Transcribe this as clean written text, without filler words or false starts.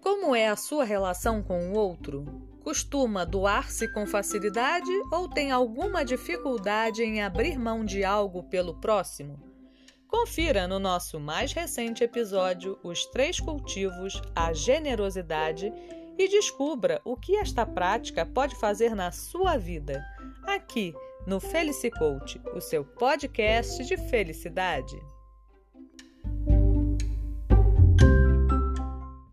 Como é a sua relação com o outro? Costuma doar-se com facilidade ou tem alguma dificuldade em abrir mão de algo pelo próximo? Confira no nosso mais recente episódio Os 3 Cultivos, a Generosidade e descubra o que esta prática pode fazer na sua vida, aqui no Felici Coach, o seu podcast de felicidade.